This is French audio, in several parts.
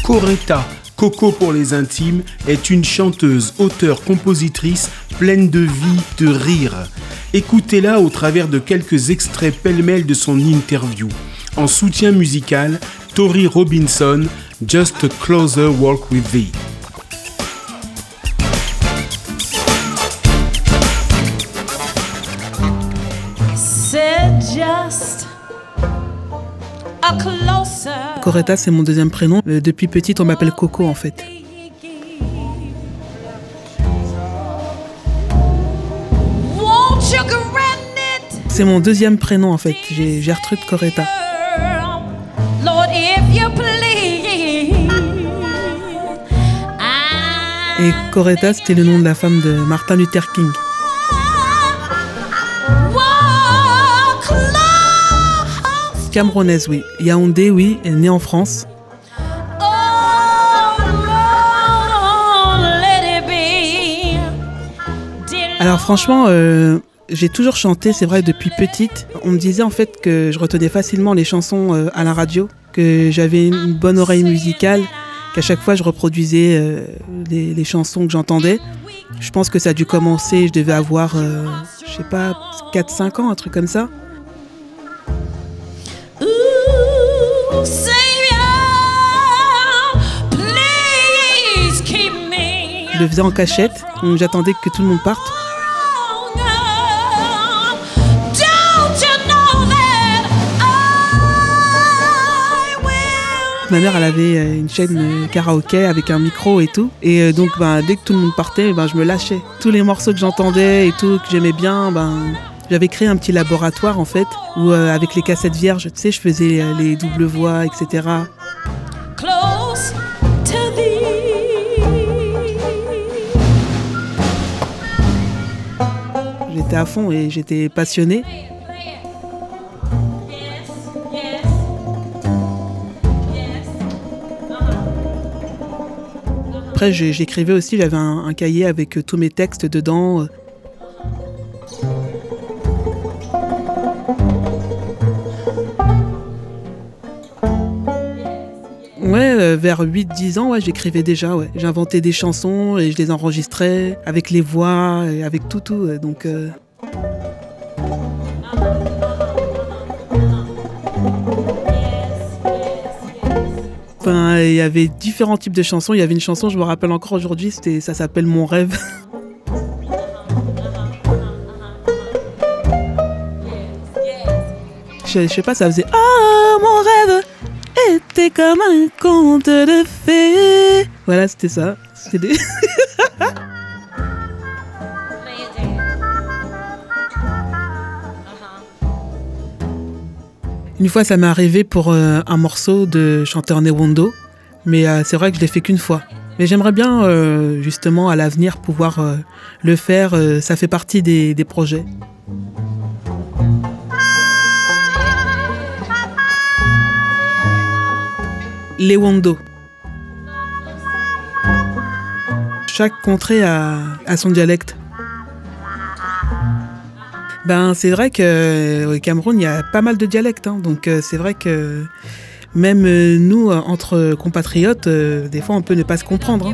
Coretta, Coco pour les intimes, est une chanteuse, auteure, compositrice pleine de vie, de rire. Écoutez-la au travers de quelques extraits pêle-mêle de son interview. En soutien musical, Tori Robinson, Just a Closer Walk with Thee. Coretta, c'est mon deuxième prénom. Depuis petite, on m'appelle Coco en fait. C'est mon deuxième prénom en fait. J'ai Gertrude Coretta. Et Coretta, c'était le nom de la femme de Martin Luther King. Camerounaise, oui. Yaoundé, oui. Elle est née en France. Alors franchement, j'ai toujours chanté, c'est vrai, depuis petite. On me disait en fait que je retenais facilement les chansons à la radio, que j'avais une bonne oreille musicale, qu'à chaque fois je reproduisais les chansons que j'entendais. Je pense que ça a dû commencer, je devais avoir, je sais pas, 4-5 ans, un truc comme ça. Je le faisais en cachette, donc j'attendais que tout le monde parte. Ma mère, elle avait une chaîne karaoké avec un micro et tout. Et donc, dès que tout le monde partait, je me lâchais. Tous les morceaux que j'entendais et tout, que j'aimais bien, j'avais créé un petit laboratoire en fait, où avec les cassettes vierges, tu sais, je faisais les doubles voix, etc. J'étais à fond et j'étais passionnée. Après, j'écrivais aussi, j'avais un cahier avec tous mes textes dedans. Ouais, vers 8-10 ans, ouais, j'écrivais déjà. Ouais. J'inventais des chansons et je les enregistrais avec les voix, et avec tout. Donc, Enfin, il y avait différents types de chansons. Il y avait une chanson, je me rappelle encore aujourd'hui, ça s'appelle Mon rêve. Je sais pas, ça faisait ah, mon rêve était comme un conte de fées. Voilà, c'était ça. C'était des... Une fois, ça m'est arrivé pour un morceau de chanteur Newondo, mais c'est vrai que je l'ai fait qu'une fois. Mais j'aimerais bien, justement, à l'avenir, pouvoir le faire. Ça fait partie des projets. Lewondo. Chaque contrée a son dialecte. C'est vrai qu'au Cameroun, il y a pas mal de dialectes. Donc c'est vrai que même nous, entre compatriotes, des fois, on peut ne pas se comprendre.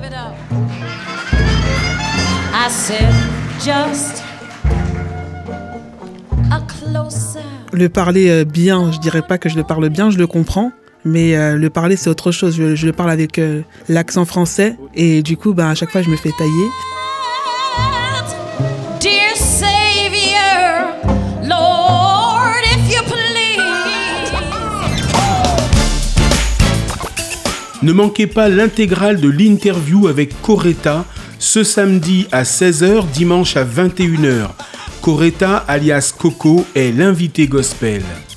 Le parler bien, je dirais pas que je le parle bien, je le comprends. Mais le parler, c'est autre chose. Je le parle avec l'accent français. Et du coup, à chaque fois, je me fais tailler. Ne manquez pas l'intégrale de l'interview avec Coretta ce samedi à 16h, dimanche à 21h. Coretta, alias Coco, est l'invité gospel.